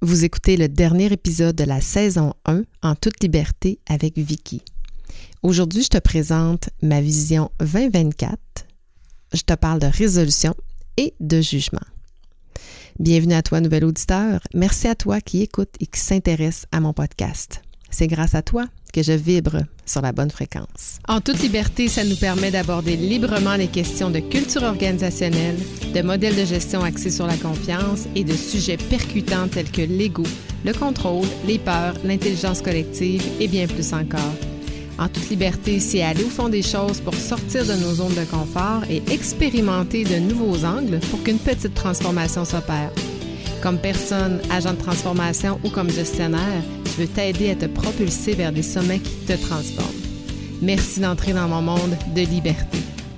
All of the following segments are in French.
Vous écoutez le dernier épisode de la saison 1 en toute liberté avec Vicky. Aujourd'hui, je te présente ma vision 2024. Je te parle de résolution et de jugement. Bienvenue à toi, nouvel auditeur. Merci à toi qui écoute et qui s'intéresse à mon podcast. C'est grâce à toi que je vibre sur la bonne fréquence. En toute liberté, ça nous permet d'aborder librement les questions de culture organisationnelle, de modèles de gestion axés sur la confiance et de sujets percutants tels que l'ego, le contrôle, les peurs, l'intelligence collective et bien plus encore. En toute liberté, c'est aller au fond des choses pour sortir de nos zones de confort et expérimenter de nouveaux angles pour qu'une petite transformation s'opère. Comme personne, agent de transformation ou comme gestionnaire, je veux t'aider à te propulser vers des sommets qui te transforment. Merci d'entrer dans mon monde de liberté.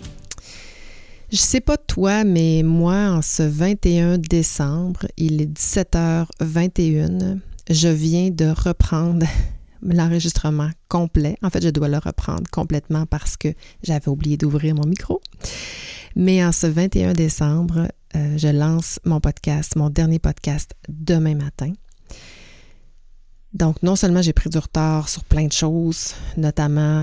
Je sais pas toi, mais moi, en ce 21 décembre, il est 17h21, je viens de reprendre l'enregistrement complet. En fait, je dois le reprendre complètement parce que j'avais oublié d'ouvrir mon micro. Mais en ce 21 décembre, je lance mon podcast, mon dernier podcast demain matin. Donc, non seulement j'ai pris du retard sur plein de choses, notamment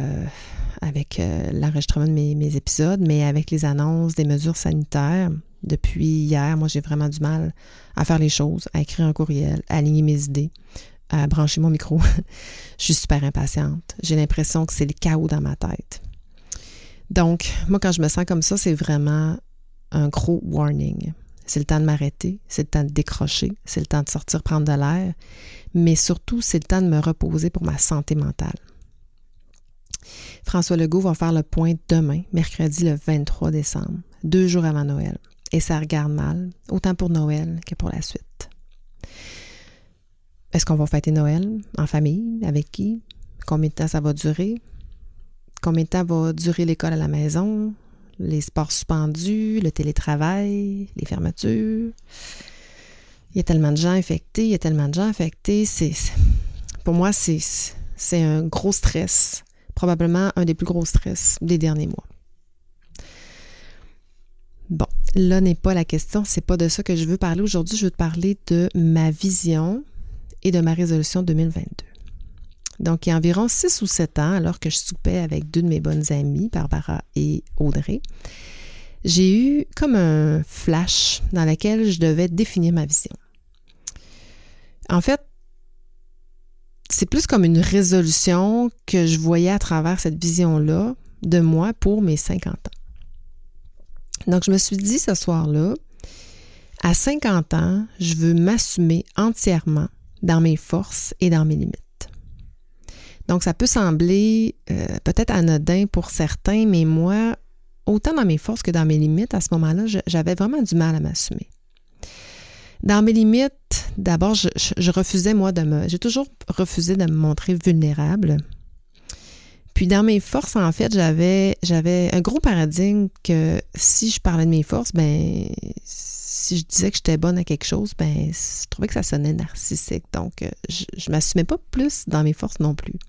avec l'enregistrement de mes épisodes, mais avec les annonces des mesures sanitaires. Depuis hier, moi, j'ai vraiment du mal à faire les choses, à écrire un courriel, à aligner mes idées, à brancher mon micro. Je suis super impatiente. J'ai l'impression que c'est le chaos dans ma tête. Donc, moi, quand je me sens comme ça, c'est vraiment un gros warning. C'est le temps de m'arrêter, c'est le temps de décrocher, c'est le temps de sortir prendre de l'air, mais surtout, c'est le temps de me reposer pour ma santé mentale. François Legault va faire le point demain, mercredi le 23 décembre, 2 jours avant Noël. Et ça regarde mal, autant pour Noël que pour la suite. Est-ce qu'on va fêter Noël en famille? Avec qui? Combien de temps ça va durer? Combien de temps va durer l'école à la maison? Les sports suspendus, le télétravail, les fermetures. Il y a tellement de gens infectés, pour moi, c'est un gros stress, probablement un des plus gros stress des derniers mois. Bon, là n'est pas la question, c'est pas de ça que je veux parler aujourd'hui. Je veux te parler de ma vision et de ma résolution 2022. Donc, il y a environ 6 ou 7 ans, alors que je soupais avec 2 de mes bonnes amies, Barbara et Audrey, j'ai eu comme un flash dans lequel je devais définir ma vision. En fait, c'est plus comme une résolution que je voyais à travers cette vision-là de moi pour mes 50 ans. Donc, je me suis dit ce soir-là, à 50 ans, je veux m'assumer entièrement dans mes forces et dans mes limites. Donc, ça peut sembler peut-être anodin pour certains, mais moi, autant dans mes forces que dans mes limites, à ce moment-là, j'avais vraiment du mal à m'assumer. Dans mes limites, d'abord, je refusais, j'ai toujours refusé de me montrer vulnérable. Puis, dans mes forces, en fait, j'avais un gros paradigme que si je parlais de mes forces, si je disais que j'étais bonne à quelque chose, je trouvais que ça sonnait narcissique. Donc, je ne m'assumais pas plus dans mes forces non plus.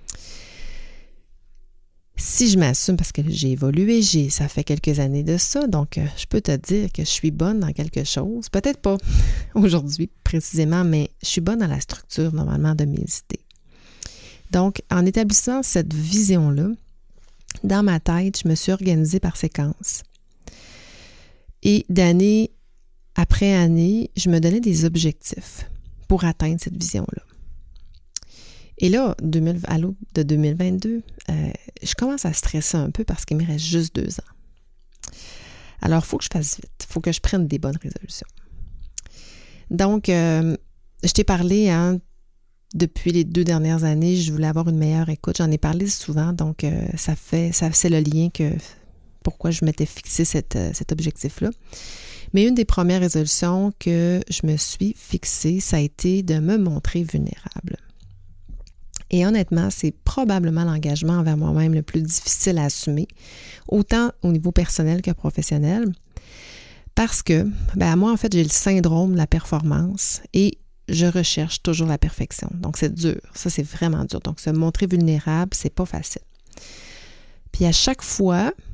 Si je m'assume, parce que j'ai évolué, ça fait quelques années de ça, donc je peux te dire que je suis bonne dans quelque chose. Peut-être pas aujourd'hui précisément, mais je suis bonne dans la structure normalement de mes idées. Donc, en établissant cette vision-là, dans ma tête, je me suis organisée par séquence. Et d'année après année, je me donnais des objectifs pour atteindre cette vision-là. Et là, à l'aube de 2022, je commence à stresser un peu parce qu'il me reste juste 2 ans. Alors, il faut que je fasse vite. Il faut que je prenne des bonnes résolutions. Donc, je t'ai parlé, depuis les 2 dernières années, je voulais avoir une meilleure écoute. J'en ai parlé souvent, donc c'est le lien pourquoi je m'étais fixé cet objectif-là. Mais une des premières résolutions que je me suis fixée, ça a été de me montrer vulnérable. Et honnêtement, c'est probablement l'engagement envers moi-même le plus difficile à assumer, autant au niveau personnel que professionnel, parce que, moi, en fait, j'ai le syndrome de la performance et je recherche toujours la perfection. Donc, c'est dur. Ça, c'est vraiment dur. Donc, se montrer vulnérable, c'est pas facile. Puis, à chaque fois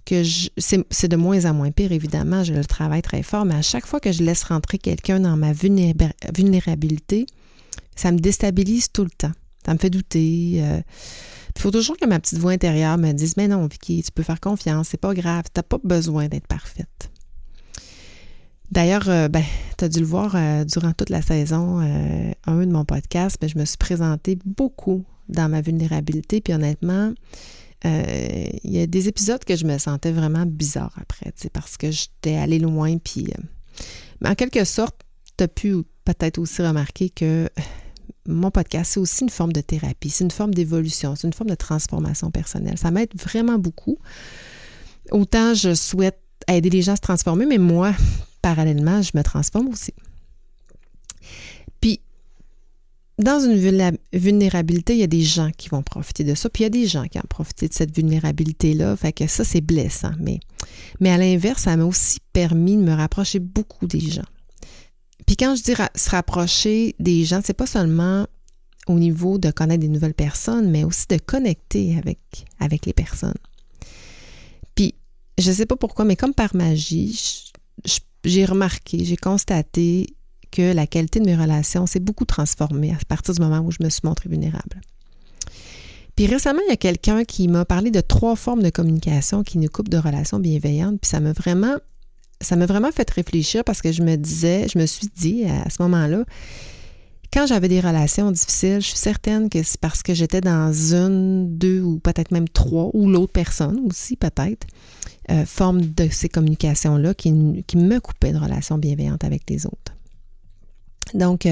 c'est de moins en moins pire, évidemment, je le travaille très fort, mais à chaque fois que je laisse rentrer quelqu'un dans ma vulnérabilité, ça me déstabilise tout le temps. Ça me fait douter. Il faut toujours que ma petite voix intérieure me dise « Mais non, Vicky, tu peux faire confiance, c'est pas grave, t'as pas besoin d'être parfaite. » D'ailleurs, tu as dû le voir durant toute la saison 1 de mon podcast, je me suis présentée beaucoup dans ma vulnérabilité, puis honnêtement, il y a des épisodes que je me sentais vraiment bizarre après, parce que j'étais allée loin, puis en quelque sorte, tu as pu peut-être aussi remarquer que mon podcast, c'est aussi une forme de thérapie, c'est une forme d'évolution, c'est une forme de transformation personnelle. Ça m'aide vraiment beaucoup. Autant je souhaite aider les gens à se transformer, mais moi, parallèlement, je me transforme aussi. Puis, dans une vulnérabilité, il y a des gens qui vont profiter de ça, puis il y a des gens qui ont profité de cette vulnérabilité-là, fait que ça, c'est blessant. Mais à l'inverse, ça m'a aussi permis de me rapprocher beaucoup des gens. Puis quand je dis se rapprocher des gens, c'est pas seulement au niveau de connaître des nouvelles personnes, mais aussi de connecter avec les personnes. Puis, je sais pas pourquoi, mais comme par magie, j'ai remarqué, j'ai constaté que la qualité de mes relations s'est beaucoup transformée à partir du moment où je me suis montrée vulnérable. Puis récemment, il y a quelqu'un qui m'a parlé de 3 formes de communication qui nous coupent de relations bienveillantes, puis ça m'a vraiment fait réfléchir parce que je me suis dit à ce moment-là, quand j'avais des relations difficiles, je suis certaine que c'est parce que j'étais dans 1, 2 ou peut-être même 3, ou l'autre personne aussi peut-être, forme de ces communications-là qui me coupaient de relations bienveillantes avec les autres. Donc,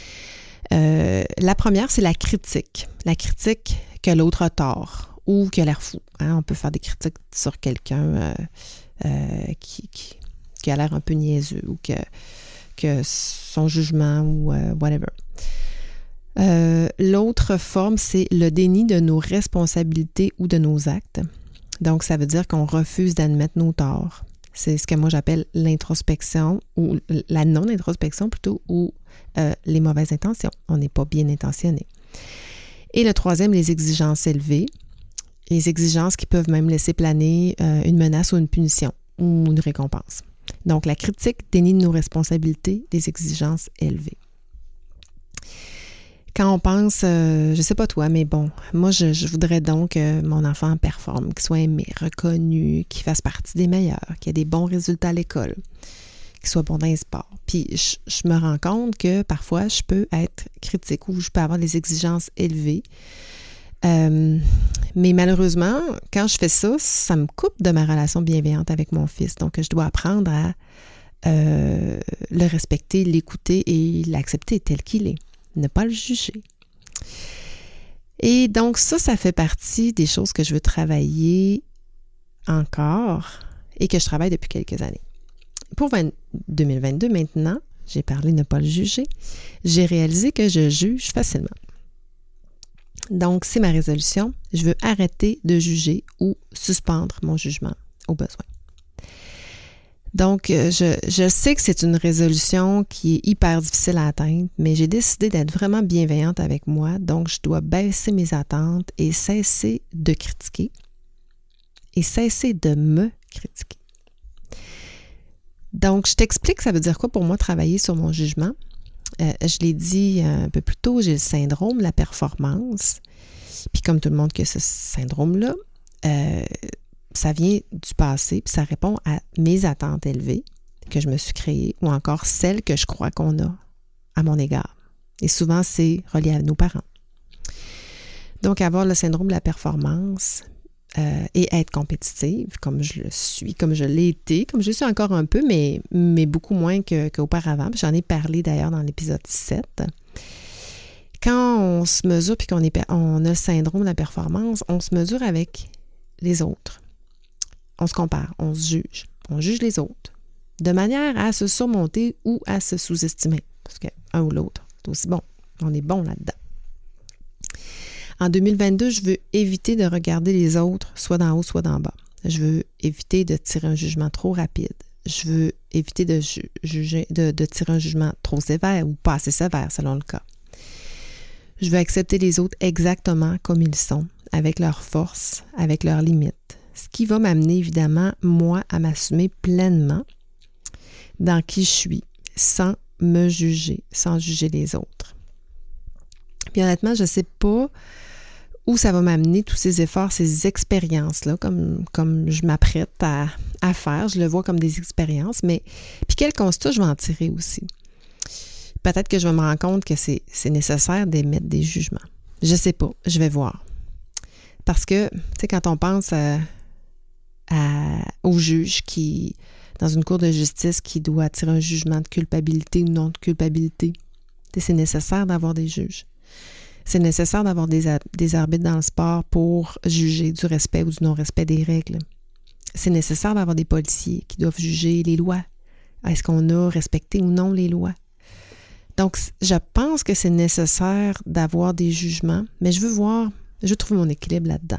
la première, c'est la critique. La critique que l'autre a tort ou qu'il a l'air fou. Hein? On peut faire des critiques sur quelqu'un qui a l'air un peu niaiseux ou que son jugement ou whatever. L'autre forme, c'est le déni de nos responsabilités ou de nos actes. Donc, ça veut dire qu'on refuse d'admettre nos torts. C'est ce que moi j'appelle l'introspection ou la non-introspection plutôt ou les mauvaises intentions. On n'est pas bien intentionné. Et le troisième, les exigences élevées. Les exigences qui peuvent même laisser planer une menace ou une punition ou une récompense. Donc, la critique dénie de nos responsabilités, des exigences élevées. Quand on pense, je sais pas toi, mais bon, moi, je voudrais donc que mon enfant performe, qu'il soit aimé, reconnu, qu'il fasse partie des meilleurs, qu'il ait des bons résultats à l'école, qu'il soit bon dans les sports. Puis, je me rends compte que parfois, je peux être critique ou je peux avoir des exigences élevées. Mais malheureusement, quand je fais ça, ça me coupe de ma relation bienveillante avec mon fils. Donc, je dois apprendre à le respecter, l'écouter et l'accepter tel qu'il est. Ne pas le juger. Et donc, ça fait partie des choses que je veux travailler encore et que je travaille depuis quelques années. Pour 2022, maintenant, j'ai parlé de ne pas le juger, j'ai réalisé que je juge facilement. Donc, c'est ma résolution. Je veux arrêter de juger ou suspendre mon jugement au besoin. Donc, je sais que c'est une résolution qui est hyper difficile à atteindre, mais j'ai décidé d'être vraiment bienveillante avec moi. Donc, je dois baisser mes attentes et cesser de critiquer et cesser de me critiquer. Donc, je t'explique ça veut dire quoi pour moi travailler sur mon jugement. Je l'ai dit un peu plus tôt, j'ai le syndrome de la performance. Puis comme tout le monde qui a ce syndrome-là, ça vient du passé, puis ça répond à mes attentes élevées que je me suis créées ou encore celles que je crois qu'on a à mon égard. Et souvent, c'est relié à nos parents. Donc, avoir le syndrome de la performance et être compétitive, comme je le suis, comme je l'ai été, comme je le suis encore un peu, mais beaucoup moins qu'auparavant. Puis j'en ai parlé d'ailleurs dans l'épisode 7. Quand on se mesure puis qu'on a le syndrome de la performance, on se mesure avec les autres. On se compare, on se juge. On juge les autres de manière à se surmonter ou à se sous-estimer. Parce qu'un ou l'autre, c'est aussi bon. On est bon là-dedans. En 2022, je veux éviter de regarder les autres soit d'en haut, soit d'en bas. Je veux éviter de tirer un jugement trop rapide. Je veux éviter de tirer un jugement trop sévère ou pas assez sévère selon le cas. Je veux accepter les autres exactement comme ils sont, avec leurs forces, avec leurs limites, ce qui va m'amener évidemment, moi, à m'assumer pleinement dans qui je suis, sans me juger, sans juger les autres. Puis honnêtement, je ne sais pas où ça va m'amener, tous ces efforts, ces expériences-là, comme je m'apprête à faire. Je le vois comme des expériences, mais puis quel constat je vais en tirer aussi. Peut-être que je vais me rendre compte que c'est nécessaire d'émettre des jugements. Je ne sais pas, je vais voir. Parce que, tu sais, quand on pense au juge qui, dans une cour de justice, qui doit tirer un jugement de culpabilité ou non de culpabilité, c'est nécessaire d'avoir des juges. C'est nécessaire d'avoir des arbitres dans le sport pour juger du respect ou du non-respect des règles. C'est nécessaire d'avoir des policiers qui doivent juger les lois. Est-ce qu'on a respecté ou non les lois? Donc, je pense que c'est nécessaire d'avoir des jugements, mais je veux trouver mon équilibre là-dedans.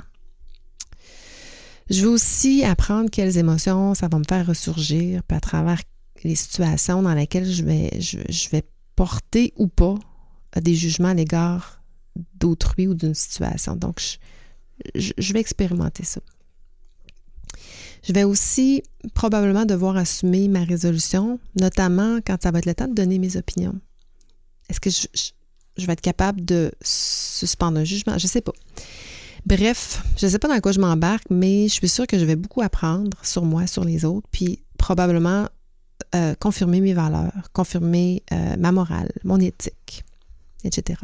Je veux aussi apprendre quelles émotions ça va me faire ressurgir, puis à travers les situations dans lesquelles je vais porter ou pas des jugements à l'égard d'autrui ou d'une situation. Donc, je vais expérimenter ça. Je vais aussi probablement devoir assumer ma résolution, notamment quand ça va être le temps de donner mes opinions. Est-ce que je vais être capable de suspendre un jugement? Je ne sais pas. Bref, je ne sais pas dans quoi je m'embarque, mais je suis sûre que je vais beaucoup apprendre sur moi, sur les autres, puis probablement confirmer mes valeurs, confirmer ma morale, mon éthique, etc.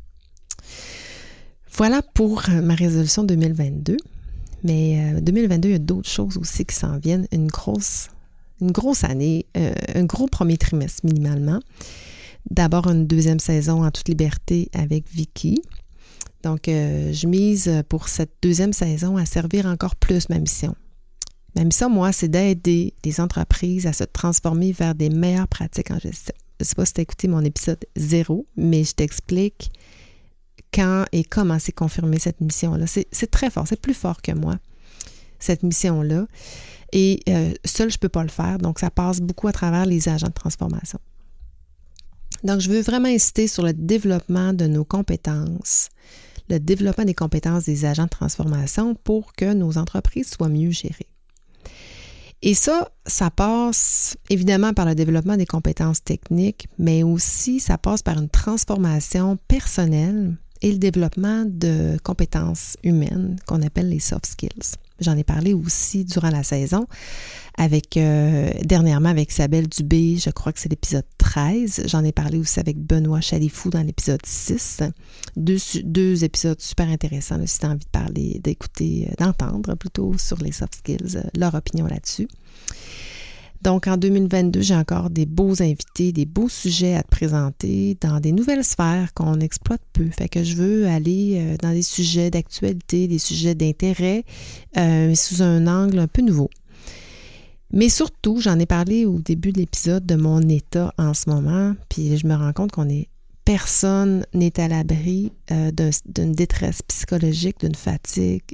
Voilà pour ma résolution 2022. Mais 2022, il y a d'autres choses aussi qui s'en viennent. Une grosse année, un gros premier trimestre minimalement. D'abord, une deuxième saison en toute liberté avec Vicky. Donc, je mise pour cette deuxième saison à servir encore plus ma mission. Ma mission, moi, c'est d'aider les entreprises à se transformer vers des meilleures pratiques en gestion. Je ne sais pas si tu as écouté mon épisode 0, mais je t'explique quand et comment c'est confirmé cette mission-là. C'est très fort, c'est plus fort que moi, cette mission-là. Et seul, je ne peux pas le faire, donc ça passe beaucoup à travers les agents de transformation. Donc, je veux vraiment insister sur le développement de nos compétences, le développement des compétences des agents de transformation pour que nos entreprises soient mieux gérées. Et ça passe évidemment par le développement des compétences techniques, mais aussi ça passe par une transformation personnelle et le développement de compétences humaines qu'on appelle les soft skills. J'en ai parlé aussi durant la saison dernièrement avec Isabelle Dubé, je crois que c'est l'épisode 13. J'en ai parlé aussi avec Benoît Chalifou dans l'épisode 6. Deux épisodes super intéressants là, si tu as envie de parler, d'écouter, d'entendre plutôt sur les soft skills, leur opinion là-dessus. Donc, en 2022, j'ai encore des beaux invités, des beaux sujets à te présenter dans des nouvelles sphères qu'on exploite peu. Fait que je veux aller dans des sujets d'actualité, des sujets d'intérêt, sous un angle un peu nouveau. Mais surtout, j'en ai parlé au début de l'épisode de mon état en ce moment, puis je me rends compte personne n'est à l'abri d'une détresse psychologique, d'une fatigue,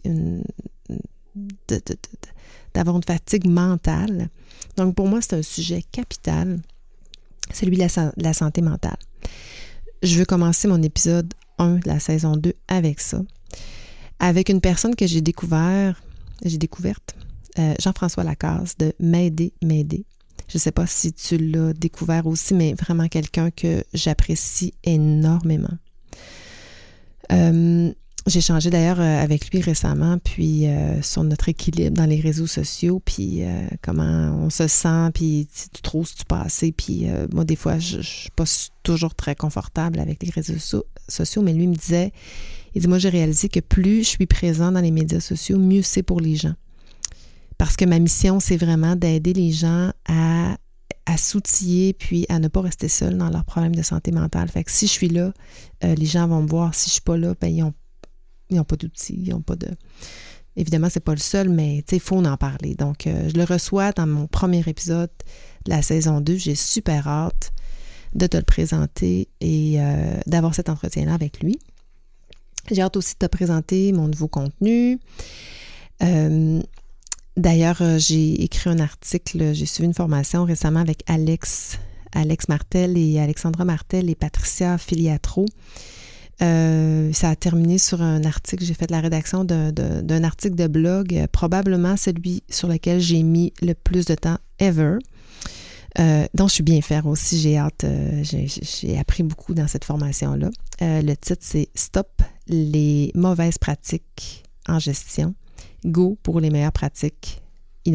d'avoir une fatigue mentale. Donc, pour moi, c'est un sujet capital, celui de la santé mentale. Je veux commencer mon épisode 1 de la saison 2 avec ça, avec une personne que j'ai découverte, Jean-François Lacasse de M'aider. Je ne sais pas si tu l'as découvert aussi, mais vraiment quelqu'un que j'apprécie énormément. J'ai échangé d'ailleurs avec lui récemment, puis sur notre équilibre dans les réseaux sociaux, puis comment on se sent, puis tu trouves si tu passais, puis moi des fois je ne suis pas toujours très confortable avec les réseaux sociaux, mais lui me disait, moi j'ai réalisé que plus je suis présent dans les médias sociaux, mieux c'est pour les gens. Parce que ma mission, c'est vraiment d'aider les gens à s'outiller puis à ne pas rester seuls dans leurs problèmes de santé mentale. Fait que si je suis là, les gens vont me voir. Si je suis pas là, ben ils n'ont pas d'outils, ils n'ont pas de... Évidemment, c'est pas le seul, mais il faut en parler. Donc, je le reçois dans mon premier épisode de la saison 2. J'ai super hâte de te le présenter et d'avoir cet entretien-là avec lui. J'ai hâte aussi de te présenter mon nouveau contenu. D'ailleurs, j'ai écrit un article, j'ai suivi une formation récemment avec Alex Martel et Alexandra Martel et Patricia Filiatro Ça a terminé sur un article, j'ai fait la rédaction d'un article de blog, probablement celui sur lequel j'ai mis le plus de temps ever. Donc, je suis bien fière aussi, j'ai hâte, j'ai appris beaucoup dans cette formation-là. Le titre, c'est « Stop les mauvaises pratiques en gestion, go pour les meilleures pratiques innovantes ».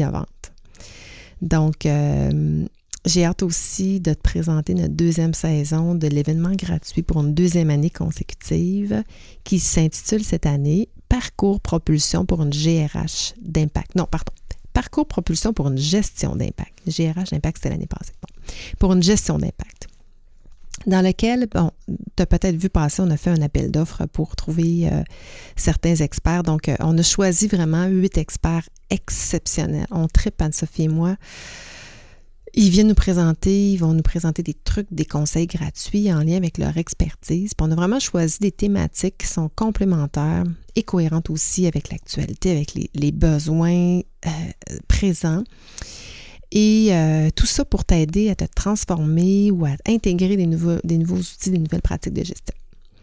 Donc, j'ai hâte aussi de te présenter notre 2e saison de l'événement gratuit pour une 2e année consécutive qui s'intitule cette année « Parcours propulsion pour une GRH d'impact ». Non, pardon. Parcours propulsion pour une gestion d'impact. GRH d'impact, c'était l'année passée. Bon. Pour une gestion d'impact. Dans lequel, bon, tu as peut-être vu passer, on a fait un appel d'offres pour trouver certains experts. Donc, on a choisi vraiment 8 experts exceptionnels. On trippe, Anne-Sophie et moi. Ils vont nous présenter des trucs, des conseils gratuits en lien avec leur expertise. Puis on a vraiment choisi des thématiques qui sont complémentaires et cohérentes aussi avec l'actualité, avec les besoins présents. Et tout ça pour t'aider à te transformer ou à intégrer des nouveaux outils, des nouvelles pratiques de gestion.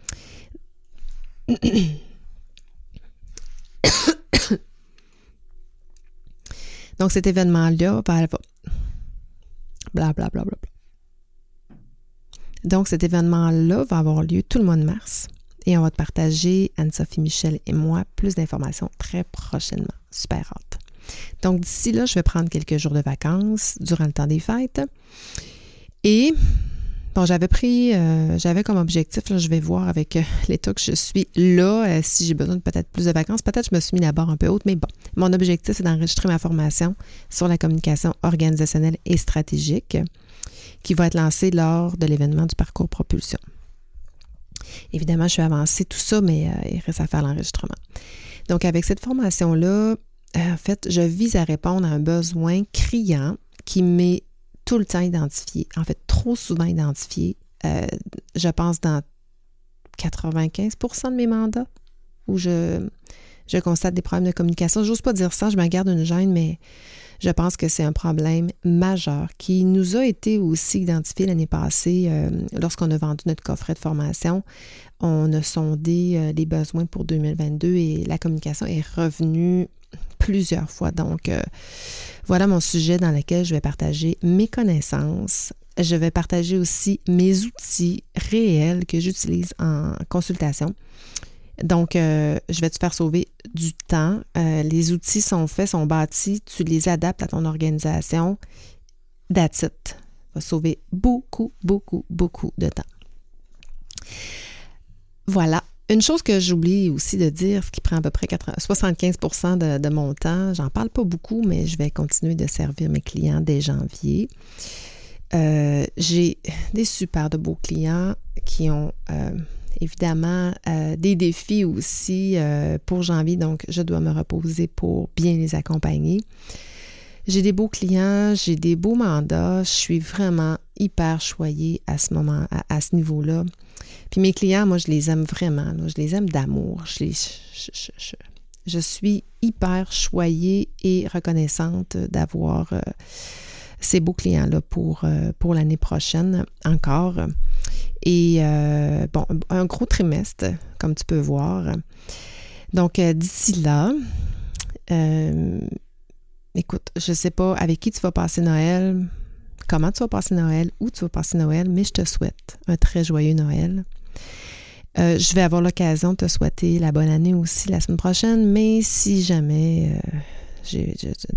Donc cet événement-là va... Blablabla. Donc, cet événement-là va avoir lieu tout le mois de mars et on va te partager, Anne-Sophie, Michel et moi, plus d'informations très prochainement. Super hâte. Donc, d'ici là, je vais prendre quelques jours de vacances durant le temps des fêtes. Et, bon, j'avais comme objectif, là, je vais voir avec l'état que je suis là, si j'ai besoin de peut-être plus de vacances. Peut-être que je me suis mis la barre un peu haute, mais bon, mon objectif, c'est d'enregistrer ma formation sur la communication organisationnelle et stratégique qui va être lancée lors de l'événement du parcours propulsion. Évidemment, je suis avancée tout ça, mais il reste à faire l'enregistrement. Donc, avec cette formation-là, en fait, je vise à répondre à un besoin criant qui m'est tout le temps identifié, en fait, trop souvent identifié, je pense dans 95% de mes mandats où je constate des problèmes de communication. J'ose pas dire ça, je me garde une gêne, mais je pense que c'est un problème majeur qui nous a été aussi identifié l'année passée lorsqu'on a vendu notre coffret de formation. On a sondé les besoins pour 2022 et la communication est revenue plusieurs fois. Donc, voilà mon sujet dans lequel je vais partager mes connaissances. Je vais partager aussi mes outils réels que j'utilise en consultation. Donc, je vais te faire sauver du temps. Les outils sont faits, sont bâtis. Tu les adaptes à ton organisation. That's it. Ça va sauver beaucoup, beaucoup, beaucoup de temps. Voilà. Une chose que j'oublie aussi de dire, ce qui prend à peu près 75% de mon temps, j'en parle pas beaucoup, mais je vais continuer de servir mes clients dès janvier. J'ai des super de beaux clients qui ont évidemment des défis aussi pour janvier, donc je dois me reposer pour bien les accompagner. J'ai des beaux clients, j'ai des beaux mandats, je suis vraiment hyper choyée à ce moment, à ce niveau-là. Puis mes clients, moi, je les aime vraiment, là, je les aime d'amour. Je suis hyper choyée et reconnaissante d'avoir ces beaux clients-là pour l'année prochaine encore. Et bon, un gros trimestre, comme tu peux voir. Donc, d'ici là, écoute, je ne sais pas avec qui tu vas passer Noël, comment tu vas passer Noël, où tu vas passer Noël, mais je te souhaite un très joyeux Noël. Je vais avoir l'occasion de te souhaiter la bonne année aussi la semaine prochaine, mais si jamais tu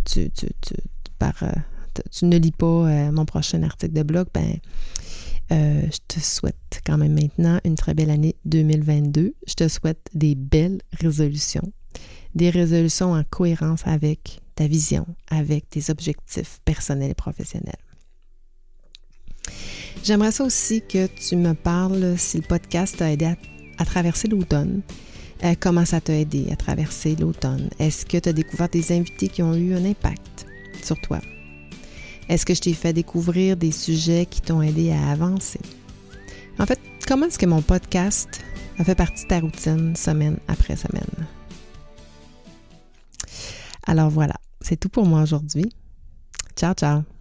ne lis pas mon prochain article de blog, ben je te souhaite quand même maintenant une très belle année 2022. Je te souhaite des belles résolutions, des résolutions en cohérence avec ta vision, avec tes objectifs personnels et professionnels. J'aimerais ça aussi que tu me parles si le podcast t'a aidé à traverser l'automne. Comment ça t'a aidé à traverser l'automne? Est-ce que tu as découvert des invités qui ont eu un impact sur toi? Est-ce que je t'ai fait découvrir des sujets qui t'ont aidé à avancer? En fait, comment est-ce que mon podcast a fait partie de ta routine semaine après semaine? Alors voilà, c'est tout pour moi aujourd'hui. Ciao, ciao!